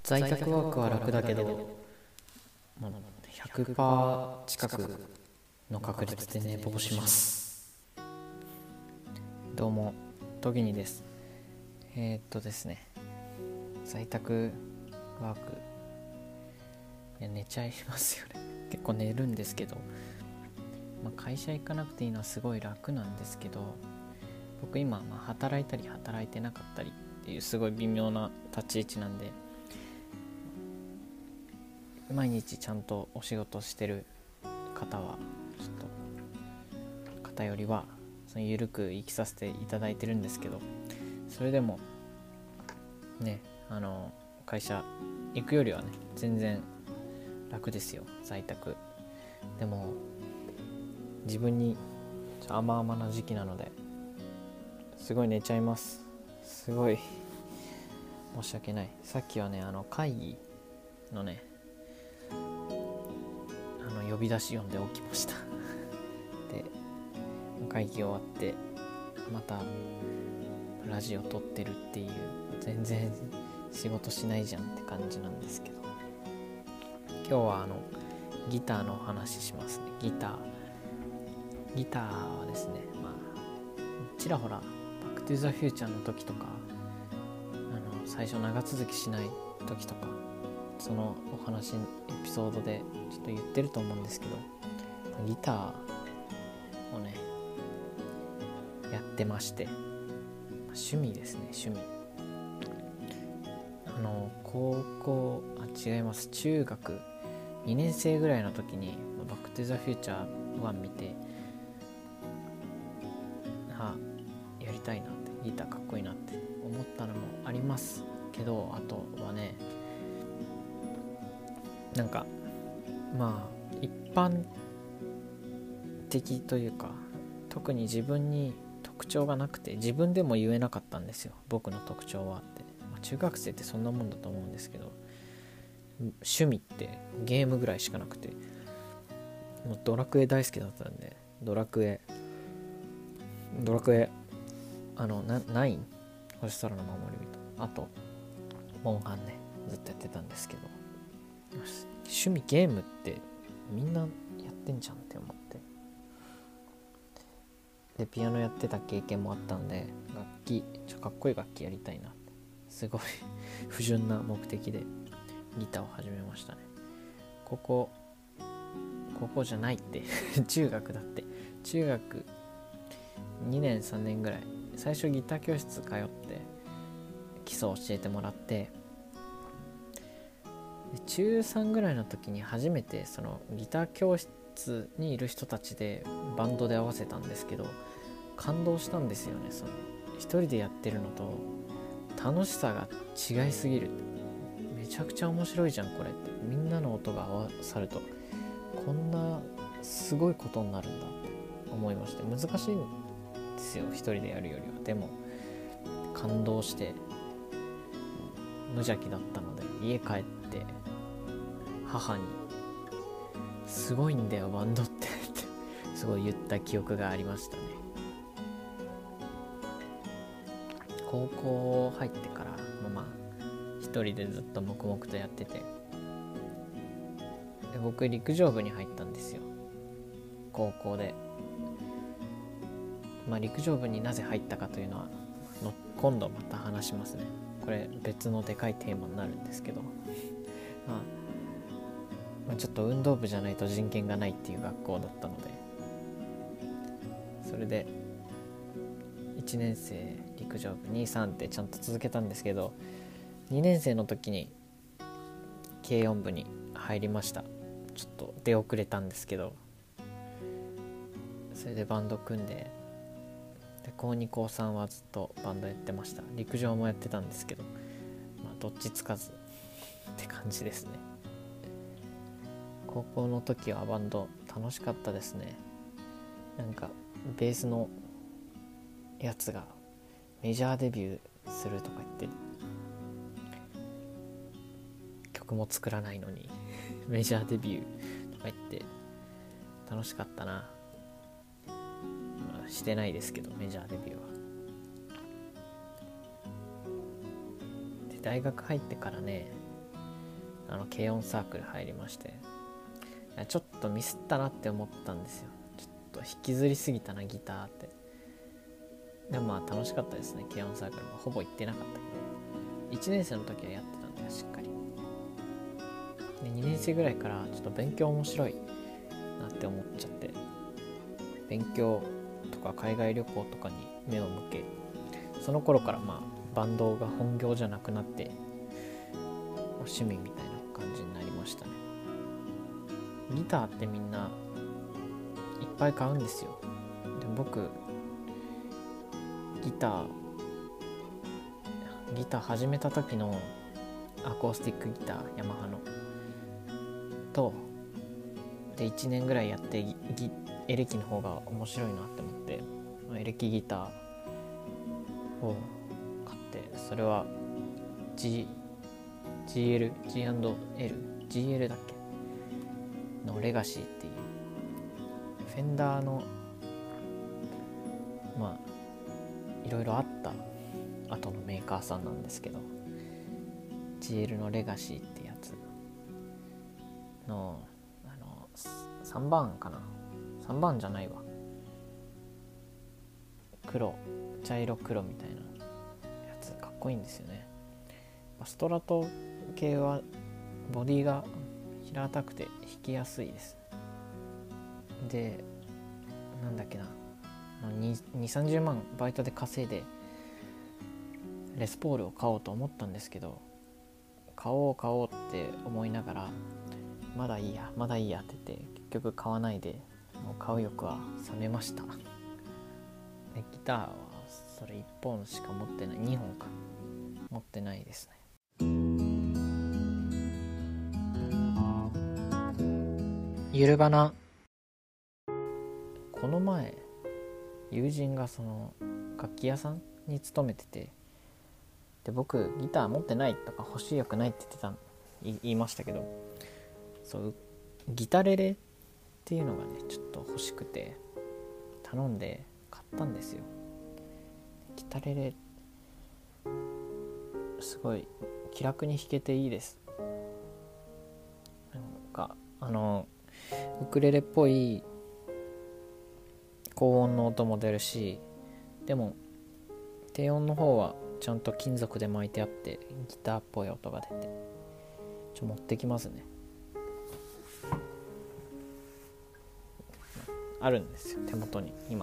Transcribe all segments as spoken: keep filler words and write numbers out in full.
在宅ワークは楽だけど、まあ、ひゃくパーセント 近くの確率で寝坊します。どうもトギニです。えー、っとですね在宅ワークいや寝ちゃいますよね。結構寝るんですけど、まあ、会社行かなくていいのはすごい楽なんですけど、僕今まあ働いたり働いてなかったりっていうすごい微妙な立ち位置なんで、毎日ちゃんとお仕事してる方はちょっと方よりはその緩く生きさせていただいてるんですけど、それでもね、あの会社行くよりはね全然楽ですよ、在宅。でも自分に甘々な時期なのですごい寝ちゃいます。すごい申し訳ない。さっきはねあの会議のねあの呼び出し読んで起きましたで会議終わってまたラジオ撮ってるっていう、全然仕事しないじゃんって感じなんですけど、今日はあのギターのお話しますね。ギターギターはですね、まあちらほらバックトゥザフューチャーの時とか、あの最初長続きしない時とか、そのお話エピソードでちょっと言ってると思うんですけど、ギターをねやってまして、趣味ですね、趣味。あの高校あ違います中学にねん生ぐらいの時にバックトゥザフューチャーワン見て、あやりたいなって、ギターかっこいいなって思ったのもありますけど、あとはねなんかまあ一般的というか、特に自分に特徴がなくて自分でも言えなかったんですよ、僕の特徴はって。まあ、中学生ってそんなもんだと思うんですけど、趣味ってゲームぐらいしかなくて、もうドラクエ大好きだったんで、ドラクエドラクエあのなナイン星空の守り人、あとモンハンねずっとやってたんですけど、趣味ゲームってみんなやってんじゃんって思って、でピアノやってた経験もあったんで、楽器ちょかっこいい楽器やりたいなって、すごい不純な目的でギターを始めましたね。ここ高校じゃないって中学だって。中学にねんさんねんぐらい、最初ギター教室通って基礎を教えてもらって、ちゅうさんぐらいの時に初めてそのギター教室にいる人たちでバンドで合わせたんですけど、感動したんですよね。その一人でやってるのと楽しさが違いすぎる。めちゃくちゃ面白いじゃんこれって。みんなの音が合わさるとこんなすごいことになるんだって思いまして、難しいんですよ一人でやるよりは。でも感動して無邪気だったので、家帰って母にすごいんだよバンドってってすごい言った記憶がありましたね。高校入ってからもまあ一人でずっと黙々とやってて、で僕陸上部に入ったんですよ高校で。まあ陸上部になぜ入ったかというのはの今度また話しますね。これ別のでかいテーマになるんですけど、まあ、まあちょっと運動部じゃないと人権がないっていう学校だったので、それでいちねん生陸上部に、さんってちゃんと続けたんですけど、にねん生の時に軽音部に入りました。ちょっと出遅れたんですけど、それでバンド組んで、で高に高さんはずっとバンドやってました。陸上もやってたんですけど、まあ、どっちつかずって感じですね。高校の時はバンド楽しかったですね。なんかベースのやつがメジャーデビューするとか言って曲も作らないのにメジャーデビューとか言って楽しかったな。まあ、してないですけどメジャーデビューは。で大学入ってからね、 あの軽音サークル入りまして、ちょっとミスったなって思ったんですよ。ちょっと引きずりすぎたなギターって。でもまあ楽しかったですね。軽音サークルもほぼ行ってなかったけど、いちねん生の時はやってたんだよ、しっかり。でにねん生ぐらいからちょっと勉強面白いなって思っちゃって、勉強とか海外旅行とかに目を向け、その頃からまあバンドが本業じゃなくなって趣味みたいな感じになりましたね。ギターってみんないっぱい買うんですよ。で僕ギターギター始めた時のアコースティックギターヤマハのとでいちねんぐらいやってギエレキの方が面白いなって思って、エレキギターを買って、それは G GL G&L GL だっけのレガシーっていうフェンダーのまあいろいろあった後のメーカーさんなんですけど、 ジーエル のレガシーってやつのあのさんばんかなさんばんじゃないわ黒茶色黒みたいなやつかっこいいんですよね。ストラト系はボディが平たくて弾きやすいです。でなんだっけなにじゅうさんじゅうまんバイトで稼いでレスポールを買おうと思ったんですけど、買おう買おうって思いながらまだいいやまだいいやって言って結局買わないで、もう買う欲は冷めました。でギターはそれいっぽんしか持ってない、にほんか持ってないですね。ゆるばな。この前友人がその楽器屋さんに勤めてて、で僕ギター持ってないとか欲しい欲ないって言ってた言いましたけど、そうギタレレっていうのがねちょっと欲しくて頼んで買ったんですよ。ギタレレすごい気楽に弾けていいです。なんかあのウクレレっぽい高音の音も出るし、でも低音の方はちゃんと金属で巻いてあってギターっぽい音が出て、ちょ持ってきますね。あるんですよ手元に今。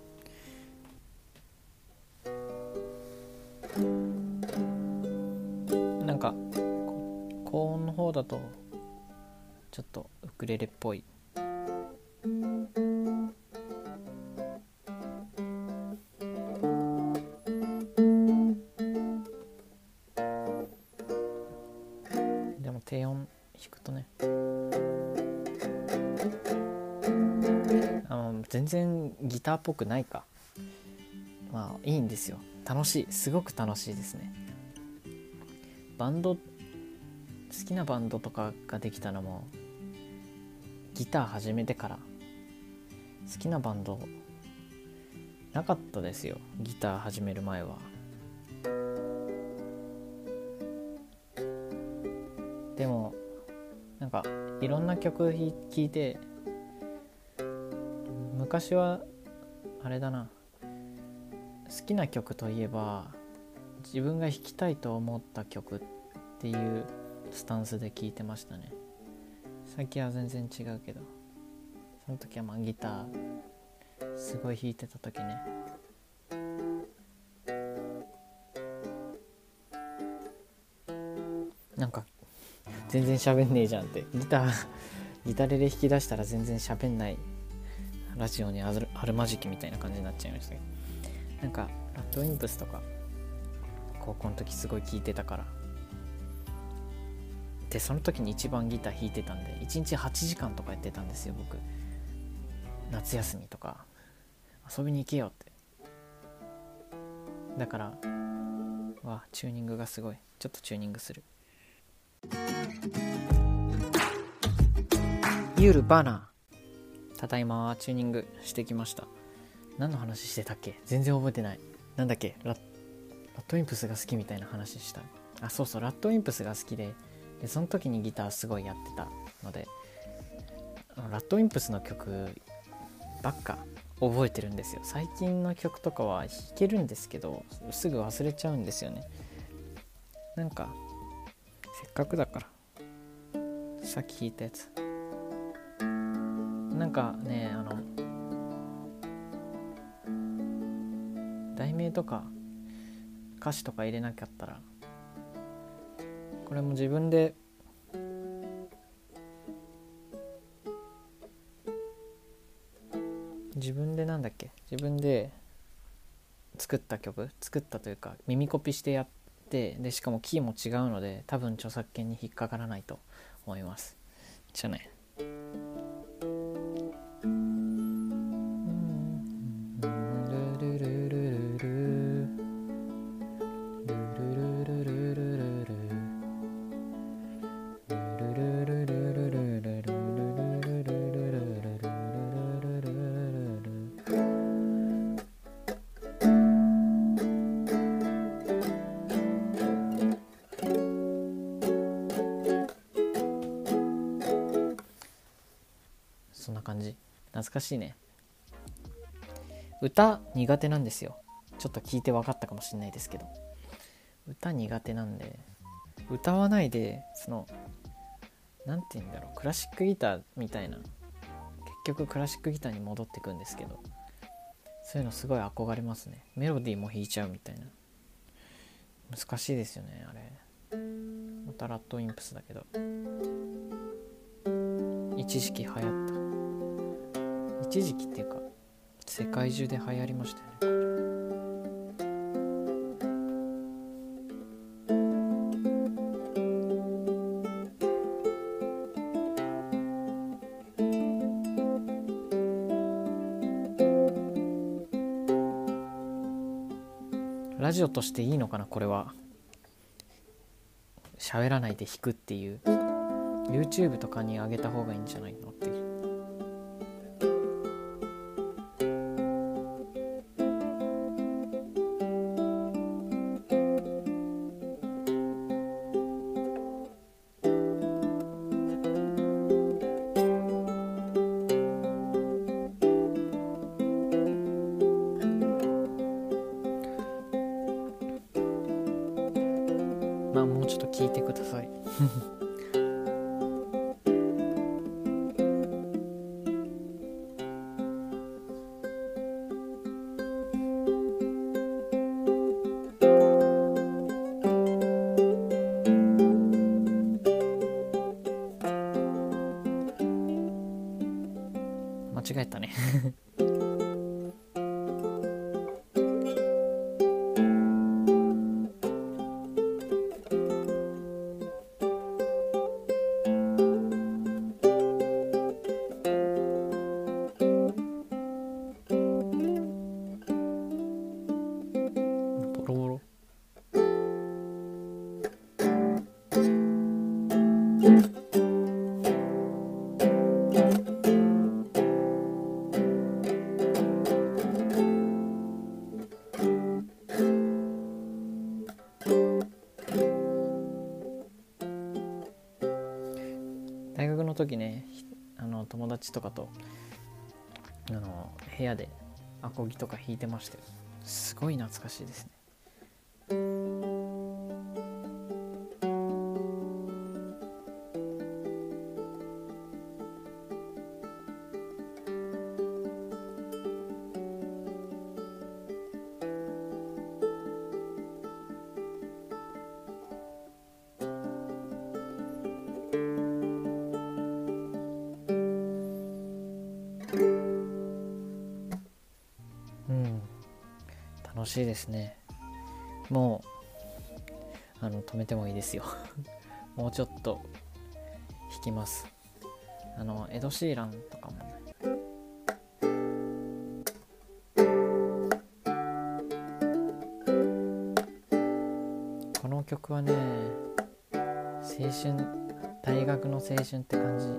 なんか高音の方だとちょっとウクレレっぽいでも低音弾くとねあの全然ギターっぽくないか。まあいいんですよ。楽しい、すごく楽しいですね。バンド好きなバンドとかができたのもギター始めてから。好きなバンドなかったですよ、ギター始める前は。でもなんかいろんな曲聴いて、昔はあれだな、好きな曲といえば自分が弾きたいと思った曲っていうスタンスで聴いてましたね。最近は全然違うけど、その時はまあギターすごい弾いてた時ね。なんか全然喋んねえじゃんって、ギターギタレレ弾き出したら全然喋んないラジオにあるあるまじきみたいな感じになっちゃいましたけど、なんかラッドウィンプスとか高校の時すごい聴いてたから、でその時に一番ギター弾いてたんでいちにちはちじかんとかやってたんですよ僕。夏休みとか遊びに行けよって。だからわチューニングがすごい、ちょっとチューニングする。ゆるバナー、ただいまチューニングしてきました。何の話してたっけ、全然覚えてない。なんだっけ、ラッラッドウィンプスが好きみたいな話した。あ、そうそう、ラッドウィンプスが好きで、 でその時にギターすごいやってたので、あのラッドウィンプスの曲ばっか覚えてるんですよ。最近の曲とかは弾けるんですけどすぐ忘れちゃうんですよね。なんかせっかくだからさっき弾いたやつなんかね、あの題名とか歌詞とか入れなかったら、これも自分で自分でなんだっけ自分で作った曲作ったというか耳コピしてやって、でしかもキーも違うので多分著作権に引っかからないと思います。じゃあね。そんな感じ。懐かしいね。歌苦手なんですよ。ちょっと聞いて分かったかもしれないですけど、歌苦手なんで、歌わないでそのなんて言うんだろう、クラシックギターみたいな、結局クラシックギターに戻ってくんですけど、そういうのすごい憧れますね。メロディーも弾いちゃうみたいな。難しいですよねあれ。またラッドウィンプスだけど一時期流行った、一時期っていうか世界中で流行りましたよね。ラジオとしていいのかなこれは。喋らないで弾くっていう YouTube とかに上げた方がいいんじゃないのっていう。まあもうちょっと聞いてください間違えたねボロボロ。大学の時ね、あの友達とかとあの部屋でアコギとか弾いてましたよ。すごい懐かしいですね。うん楽しいですね。もうあの止めてもいいですよもうちょっと弾きます。あのエド・シーランとかもね、この曲はね青春、大学の青春って感じ。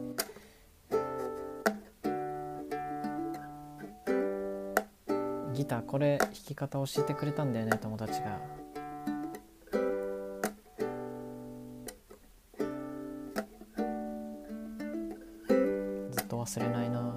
ギターこれ弾き方教えてくれたんだよね友達が。 ト忘れないな。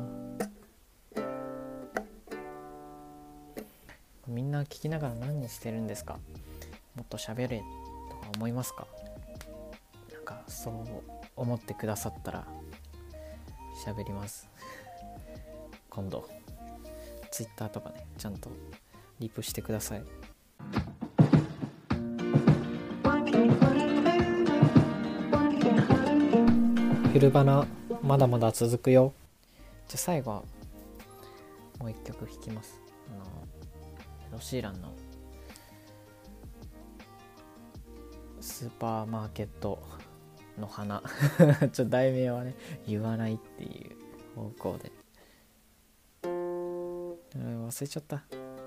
みんな聞きながら何してるんですか？もっと喋れとか思いますか？なんかそう思ってくださったら喋ります今度ツイッターとかね、ちゃんとリプしてください。フルバナまだまだ続くよ。じゃあ最後はもう一曲弾きます。あのロシーランのスーパーマーケットの花ちょっと題名はね言わないっていう方向で、忘れちゃった。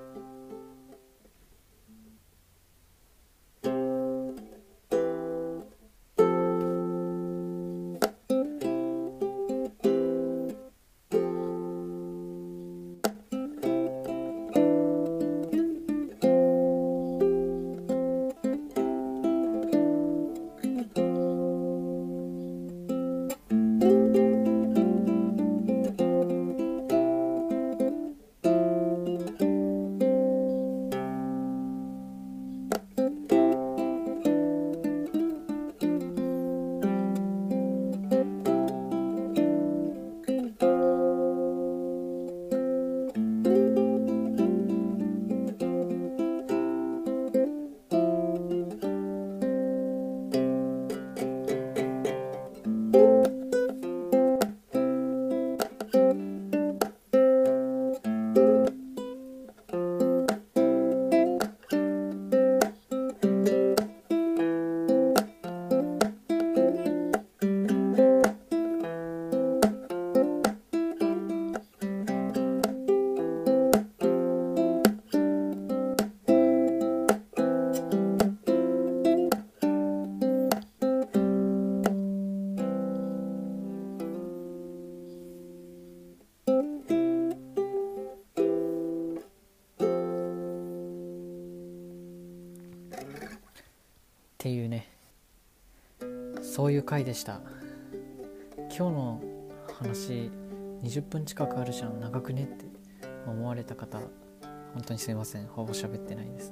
っていうね、そういう回でした。今日の話にじゅっぷん近くあるじゃん、長くねって思われた方、本当にすいません、ほぼ喋ってないです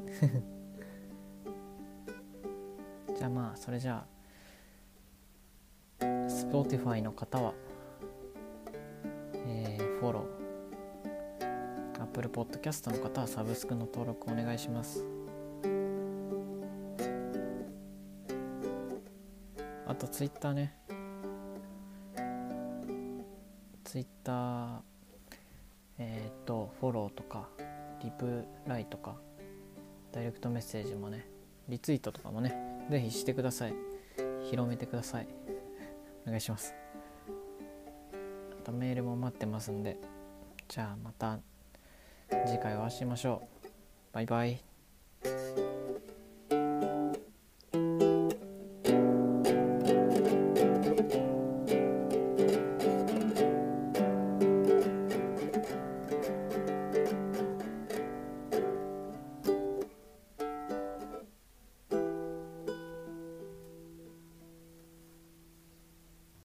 じゃあまあそれじゃあ Spotify の方は、えー、フォロー、 Apple Podcast の方はサブスクの登録お願いします。あとツイッターね、ツイッターえっ、ー、とフォローとかリプライとかダイレクトメッセージもね、リツイートとかもね、ぜひしてください。広めてください。お願いします。あとメールも待ってますんで、じゃあまた次回お会いしましょう。バイバイ。